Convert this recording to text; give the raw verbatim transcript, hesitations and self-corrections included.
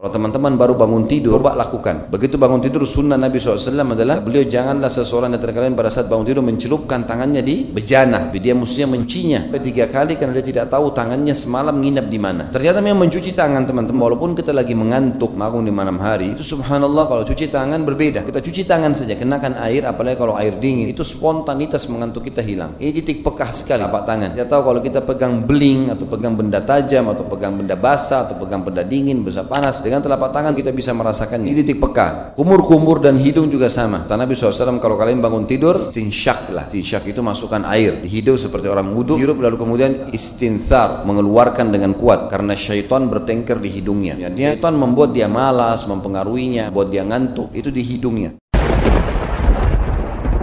Kalau teman-teman baru bangun tidur, coba lakukan. Begitu bangun tidur, sunnah Nabi shallallahu alaihi wasallam adalah beliau janganlah seseorang di antara kalian pada saat bangun tidur mencelupkan tangannya di bejana. Dia mestinya mencinya tiga kali karena dia tidak tahu tangannya semalam nginap di mana. Ternyata memang mencuci tangan teman-teman, walaupun kita lagi mengantuk bangun di malam hari, itu subhanallah kalau cuci tangan berbeda. Kita cuci tangan saja, kenakan air, apalagi kalau air dingin, itu spontanitas mengantuk kita hilang. Ini titik pekah sekali telapak tangan. Kita tahu kalau kita pegang beling atau pegang benda tajam atau pegang benda basah atau pegang benda dingin, benda panas, dengan telapak tangan kita bisa merasakannya. Ini titik peka. Kumur-kumur dan hidung juga sama. Kata Nabi shallallahu alaihi wasallam, kalau kalian bangun tidur, istinsyak lah. Istinsyak itu masukkan air di hidung seperti orang wudu, hirup lalu kemudian istinthar, mengeluarkan dengan kuat karena syaitan bertengker di hidungnya. Jadi syaitan membuat dia malas, mempengaruhinya, buat dia ngantuk, itu di hidungnya.